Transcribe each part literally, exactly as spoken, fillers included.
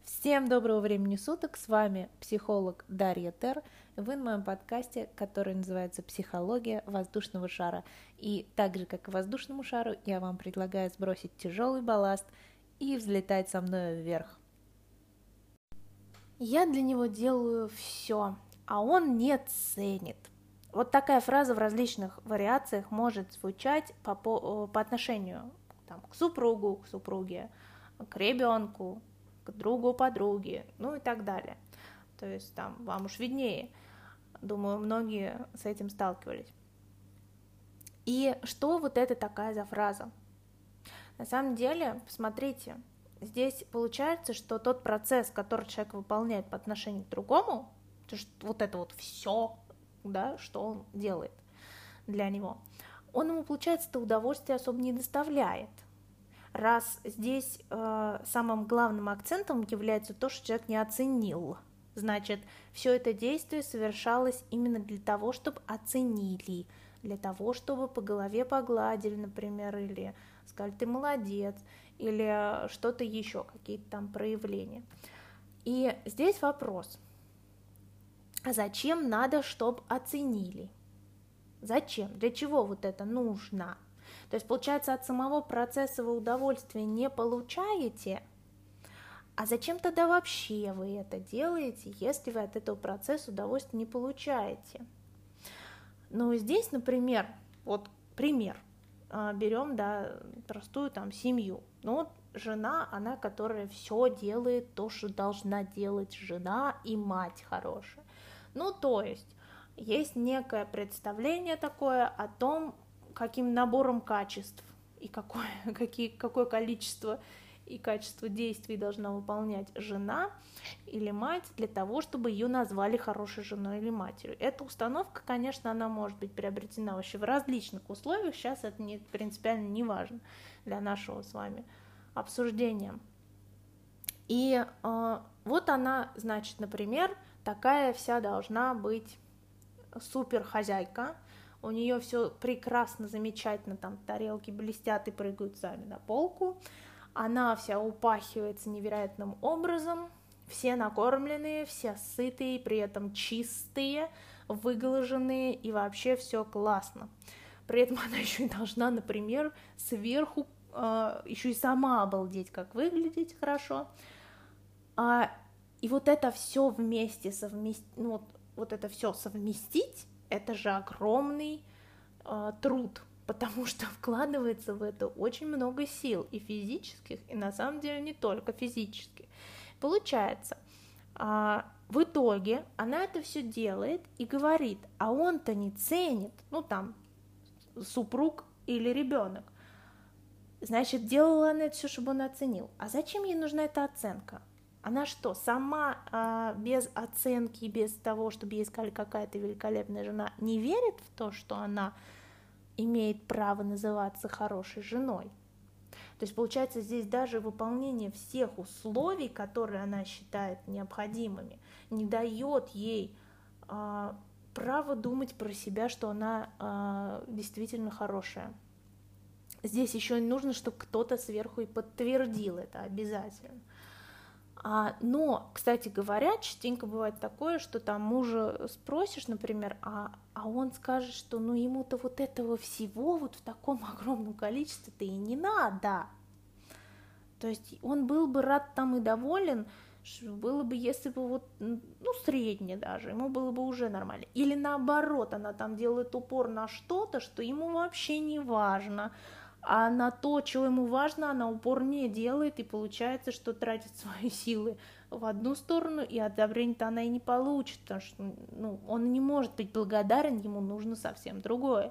Всем доброго времени суток, с вами психолог Дарья Тер, вы на моем подкасте, который называется «Психология воздушного шара». И так же, как и воздушному шару, я вам предлагаю сбросить тяжелый балласт и взлетать со мной вверх. Я для него делаю все, а он не ценит. Вот такая фраза в различных вариациях может звучать по, по, по отношению там, к супругу, к супруге, к ребенку, к другу, подруге, ну и так далее. То есть там вам уж виднее. Думаю, многие с этим сталкивались. И что вот это такая за фраза? На самом деле, посмотрите, здесь получается, что тот процесс, который человек выполняет по отношению к другому, то есть вот это вот все, да, что он делает для него, он ему, получается, это удовольствие особо не доставляет. Раз здесь э, самым главным акцентом является то, что человек не оценил, значит, все это действие совершалось именно для того, чтобы оценили, для того, чтобы по голове погладили, например, или сказали, ты молодец, или что-то еще, какие-то там проявления. И здесь вопрос, а зачем надо, чтобы оценили? Зачем? Для чего вот это нужно? То есть, получается, от самого процесса вы удовольствия не получаете, а зачем тогда вообще вы это делаете, если вы от этого процесса удовольствия не получаете? Ну, здесь, например, вот пример, берем, да, простую там семью. Ну, вот жена, она, которая все делает, то, что должна делать жена и мать хорошая. Ну, то есть, есть некое представление такое о том, каким набором качеств и какое, какие, какое количество и качество действий должна выполнять жена или мать для того, чтобы ее назвали хорошей женой или матерью. Эта установка, конечно, она может быть приобретена вообще в различных условиях, сейчас это не, принципиально не важно для нашего с вами обсуждения. И э, вот она, значит, например, такая вся должна быть суперхозяйка, у нее все прекрасно, замечательно, там тарелки блестят и прыгают сами на полку, она вся упахивается невероятным образом, все накормленные, все сытые, при этом чистые, выглаженные, и вообще все классно. При этом она еще и должна, например, сверху э, еще и сама обалдеть, как выглядеть хорошо. А, и вот это все вместе совместить, ну, вот, вот это все совместить, это же огромный э, труд, потому что вкладывается в это очень много сил, и физических, и на самом деле не только физических. Получается, э, в итоге она это все делает и говорит, а он-то не ценит, ну там, супруг или ребенок. Значит, делала она это все, чтобы он оценил. А зачем ей нужна эта оценка? Она что, сама а, без оценки, без того, чтобы ей сказали, какая-то великолепная жена, не верит в то, что она имеет право называться хорошей женой? То есть, получается, здесь даже выполнение всех условий, которые она считает необходимыми, не дает ей а, права думать про себя, что она а, действительно хорошая. Здесь еще нужно, чтобы кто-то сверху и подтвердил это обязательно. А, но, кстати говоря, частенько бывает такое, что там мужа спросишь, например, а, а он скажет, что ну ему-то вот этого всего вот в таком огромном количестве-то и не надо. То есть он был бы рад там и доволен, было бы, если бы вот, ну, средне даже, ему было бы уже нормально. Или наоборот, она там делает упор на что-то, что ему вообще не важно, а на то, чего ему важно, она упор не делает, и получается, что тратит свои силы в одну сторону, и одобрения-то она и не получит, потому что ну, он не может быть благодарен, ему нужно совсем другое.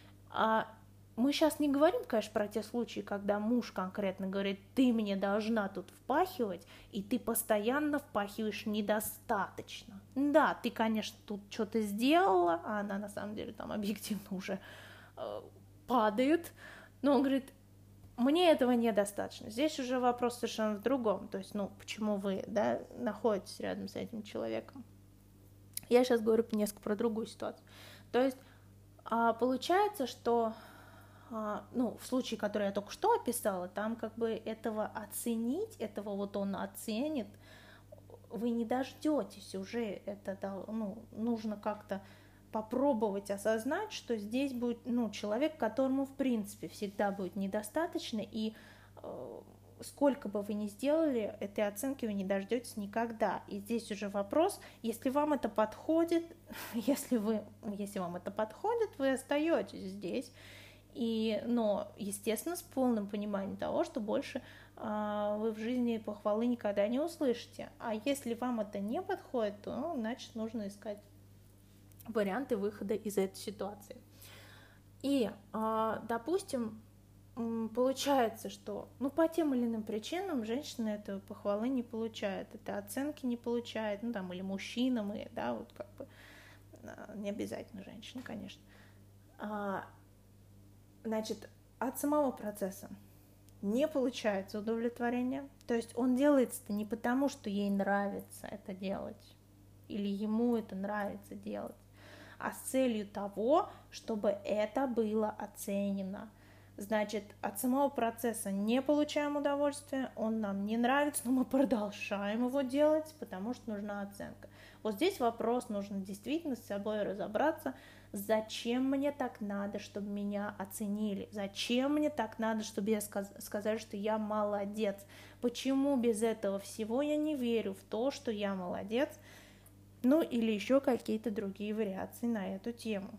А мы сейчас не говорим, конечно, про те случаи, когда муж конкретно говорит, ты мне должна тут впахивать, и ты постоянно впахиваешь недостаточно. Да, ты, конечно, тут что-то сделала, а она на самом деле там объективно уже э, падает, но он говорит, мне этого недостаточно. Здесь уже вопрос совершенно в другом. То есть, ну, почему вы, да, находитесь рядом с этим человеком. Я сейчас говорю несколько про другую ситуацию. То есть, получается, что, ну, в случае, который я только что описала, там как бы этого оценить, этого вот он оценит, вы не дождетесь уже, это, ну, нужно как-то попробовать осознать, что здесь будет, ну, человек, которому, в принципе, всегда будет недостаточно, и э, сколько бы вы ни сделали, этой оценки вы не дождетесь никогда. И здесь уже вопрос, если вам это подходит, если, вы, если вам это подходит, вы остаетесь здесь, и, но, естественно, с полным пониманием того, что больше э, вы в жизни похвалы никогда не услышите. А если вам это не подходит, то, ну, значит, нужно искать варианты выхода из этой ситуации. И, э, допустим, получается, что, ну, по тем или иным причинам женщина этой похвалы не получает, этой оценки не получает, ну, там, или мужчина, мы, да, вот как бы, не обязательно женщина, конечно. А, значит, от самого процесса не получается удовлетворение, то есть он делается не потому, что ей нравится это делать, или ему это нравится делать, а с целью того, чтобы это было оценено. Значит, от самого процесса не получаем удовольствия, он нам не нравится, но мы продолжаем его делать, потому что нужна оценка. Вот здесь вопрос, нужно действительно с собой разобраться, зачем мне так надо, чтобы меня оценили, зачем мне так надо, чтобы я сказ- сказали, что я молодец, почему без этого всего я не верю в то, что я молодец, ну или еще какие-то другие вариации на эту тему.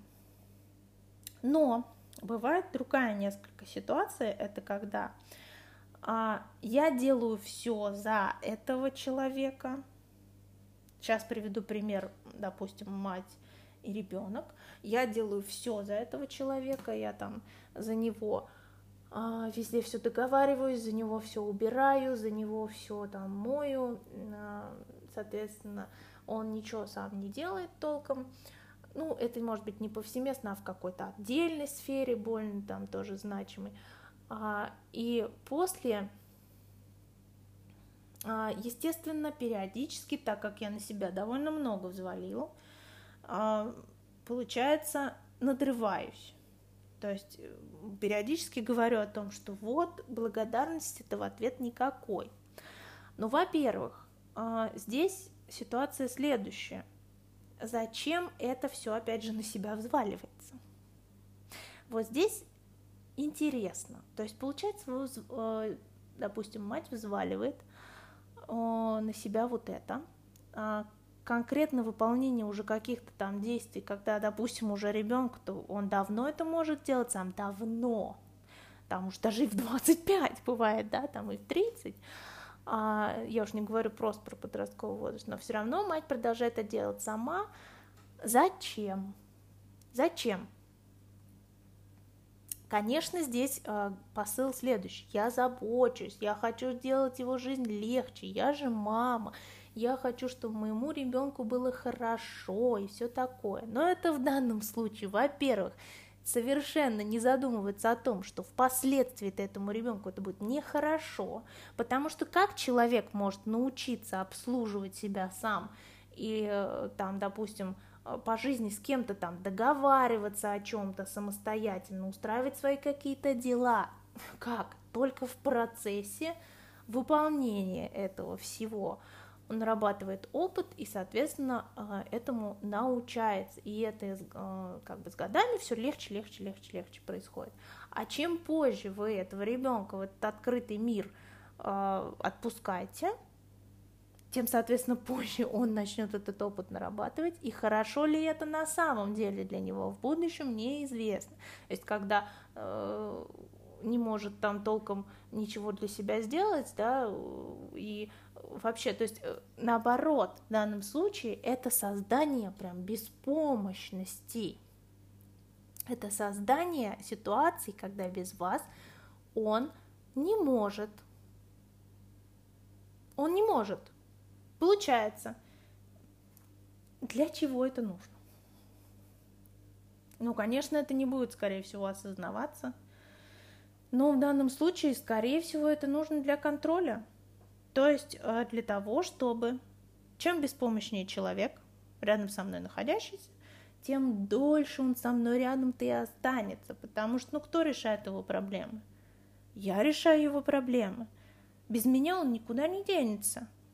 Но бывает другая несколько ситуаций, это когда а, я делаю все за этого человека. Сейчас приведу пример, допустим, мать и ребенок. Я делаю все за этого человека, я там за него а, везде все договариваюсь, за него все убираю, за него все там мою, а, соответственно, он ничего сам не делает толком. Ну, это может быть не повсеместно, а в какой-то отдельной сфере, больно там тоже значимой. А, и после, а, естественно, периодически, так как я на себя довольно много взвалила, а, получается, надрываюсь. То есть периодически говорю о том, что вот, благодарности-то в ответ никакой. Ну, во-первых, а, здесь ситуация следующая. Зачем это все, опять же, на себя взваливается? Вот здесь интересно. То есть, получается, допустим, мать взваливает на себя вот это. Конкретно выполнение уже каких-то там действий, когда, допустим, уже ребенку-то он давно это может делать, сам давно. Там уж даже и в двадцать пять бывает, да, там и в тридцать. А, я уж не говорю просто про подростковый возраст, но все равно мать продолжает это делать сама. Зачем? Зачем? Конечно, здесь э, посыл следующий. Я забочусь, я хочу сделать его жизнь легче, я же мама, я хочу, чтобы моему ребенку было хорошо и все такое. Но это в данном случае, во-первых, совершенно не задумывается о том, что впоследствии этому ребенку это будет нехорошо, потому что как человек может научиться обслуживать себя сам и там, допустим, по жизни с кем-то там договариваться о чем-то самостоятельно, устраивать свои какие-то дела? Как? Только в процессе выполнения этого всего. Он нарабатывает опыт и, соответственно, этому научается. И это как бы с годами все легче, легче, легче, легче происходит. А чем позже вы этого ребенка в этот открытый мир отпускаете, тем, соответственно, позже он начнет этот опыт нарабатывать. И хорошо ли это на самом деле для него в будущем, неизвестно. То есть, когда э, не может там толком ничего для себя сделать, да, и вообще, то есть, наоборот, в данном случае это создание прям беспомощности. Это создание ситуации, когда без вас он не может. Он не может. Получается, для чего это нужно? Ну, конечно, это не будет, скорее всего, осознаваться. Но в данном случае, скорее всего, это нужно для контроля. То есть для того, чтобы чем беспомощнее человек, рядом со мной находящийся, тем дольше он со мной рядом-то и останется. Потому что, ну, кто решает его проблемы? Я решаю его проблемы. Без меня он никуда не денется.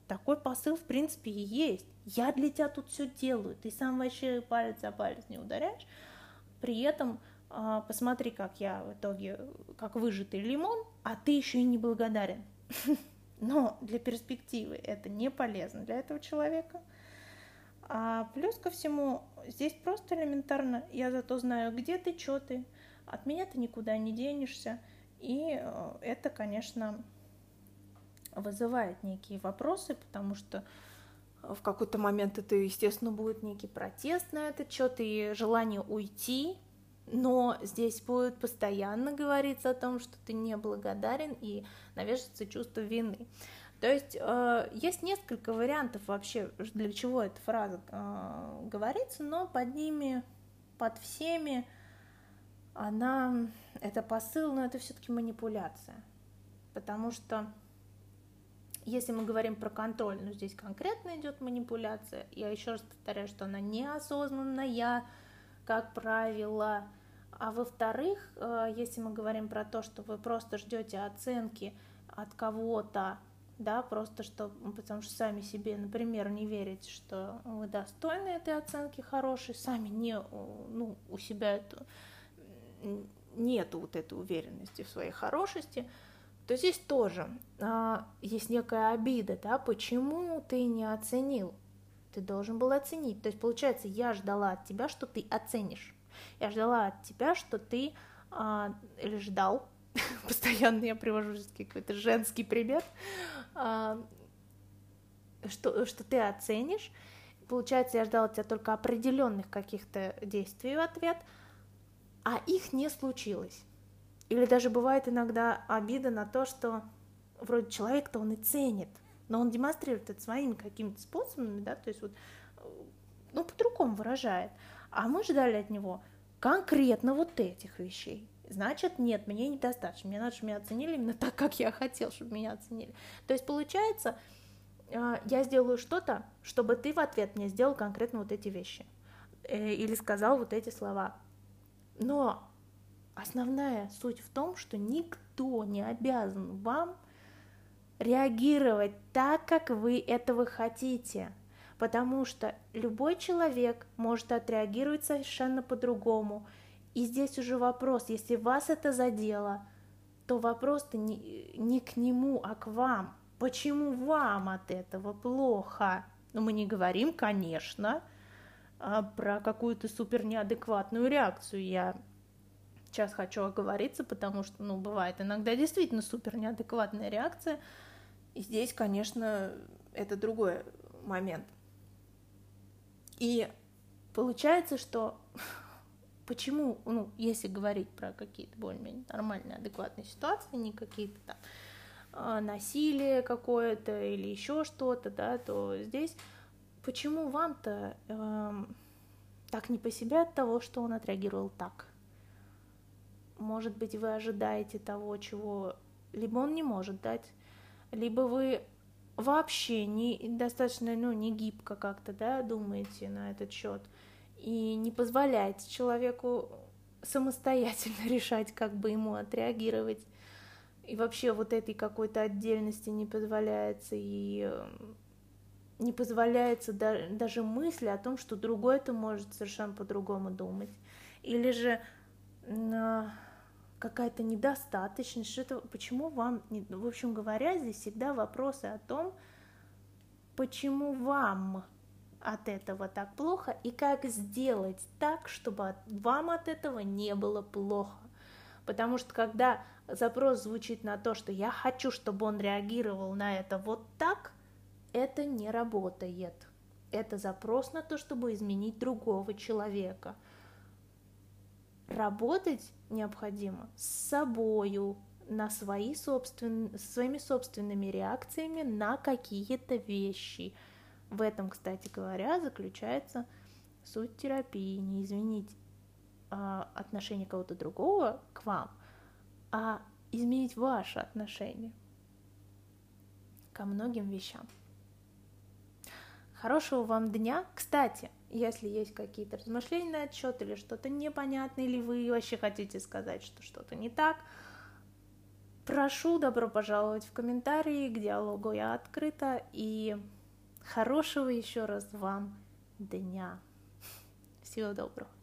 такой посыл, в принципе, и есть. Я для тебя тут все делаю, ты сам вообще палец о палец не ударяешь. При этом э, посмотри, как я в итоге, как выжатый лимон, а ты еще и не благодарен. Но для перспективы это не полезно для этого человека. А плюс ко всему, здесь просто элементарно, я зато знаю, где ты, что ты, от меня ты никуда не денешься. И это, конечно, вызывает некие вопросы, потому что в какой-то момент это, естественно, будет некий протест на этот счет и желание уйти, но здесь будет постоянно говориться о том, что ты неблагодарен, и навешивается чувство вины. То есть э, есть несколько вариантов вообще, для чего эта фраза э, говорится, но под ними, под всеми она, это посыл, но это все-таки манипуляция. Потому что если мы говорим про контроль, ну здесь конкретно идет манипуляция, я еще раз повторяю, что она неосознанная, как правило. А во-вторых, э, если мы говорим про то, что вы просто ждете оценки от кого-то, да, просто что, потому что сами себе, например, не верите, что вы достойны этой оценки хорошей, сами не, ну, у себя это, нету вот этой уверенности в своей хорошести, то здесь тоже а, есть некая обида, да, почему ты не оценил, ты должен был оценить, то есть получается, я ждала от тебя, что ты оценишь, я ждала от тебя, что ты, а, или ждал, постоянно я привожу какой-то женский пример, что, что ты оценишь. Получается, я ждала от тебя только определенных каких-то действий в ответ, а их не случилось. Или даже бывает иногда обида на то, что вроде человек-то он и ценит, но он демонстрирует это своими какими-то способами, да, то есть вот, ну, по-другому выражает. А мы ждали от него конкретно вот этих вещей. Значит, нет, мне недостаточно. Мне надо, чтобы меня оценили именно так, как я хотел, чтобы меня оценили. То есть, получается, я сделаю что-то, чтобы ты в ответ мне сделал конкретно вот эти вещи. Или сказал вот эти слова. Но основная суть в том, что никто не обязан вам реагировать так, как вы этого хотите. Потому что любой человек может отреагировать совершенно по-другому. И здесь уже вопрос, если вас это задело, то вопрос-то не, не к нему, а к вам. Почему вам от этого плохо? Ну, мы не говорим, конечно, про какую-то супер неадекватную реакцию. Я сейчас хочу оговориться, потому что, ну, бывает иногда действительно супер неадекватная реакция. И здесь, конечно, это другой момент. И получается, что... Почему, ну, если говорить про какие-то более-менее нормальные, адекватные ситуации, не какие-то там насилие какое-то или еще что-то, да, то здесь почему вам-то э, так не по себе от того, что он отреагировал так? Может быть, вы ожидаете того, чего либо он не может дать, либо вы вообще не достаточно, ну, не гибко как-то, да, думаете на этот счет, и не позволяете человеку самостоятельно решать, как бы ему отреагировать. И вообще вот этой какой-то отдельности не позволяется, и не позволяется да, даже мысли о том, что другой это может совершенно по-другому думать. Или же э, какая-то недостаточность, что-то, почему вам... В общем говоря, здесь всегда вопросы о том, почему вам... от этого так плохо, и как сделать так, чтобы вам от этого не было плохо. Потому что когда запрос звучит на то, что я хочу, чтобы он реагировал на это вот так, это не работает. Это запрос на то, чтобы изменить другого человека. Работать необходимо с собою, на свои собствен... своими собственными реакциями на какие-то вещи. В этом, кстати говоря, заключается суть терапии. Не изменить а, отношение кого-то другого к вам, а изменить ваше отношение ко многим вещам. Хорошего вам дня. Кстати, если есть какие-то размышления на этот счет или что-то непонятное, или вы вообще хотите сказать, что что-то не так, Прошу, добро пожаловать в комментарии, к диалогу я открыта, и хорошего еще раз вам дня. Всего доброго.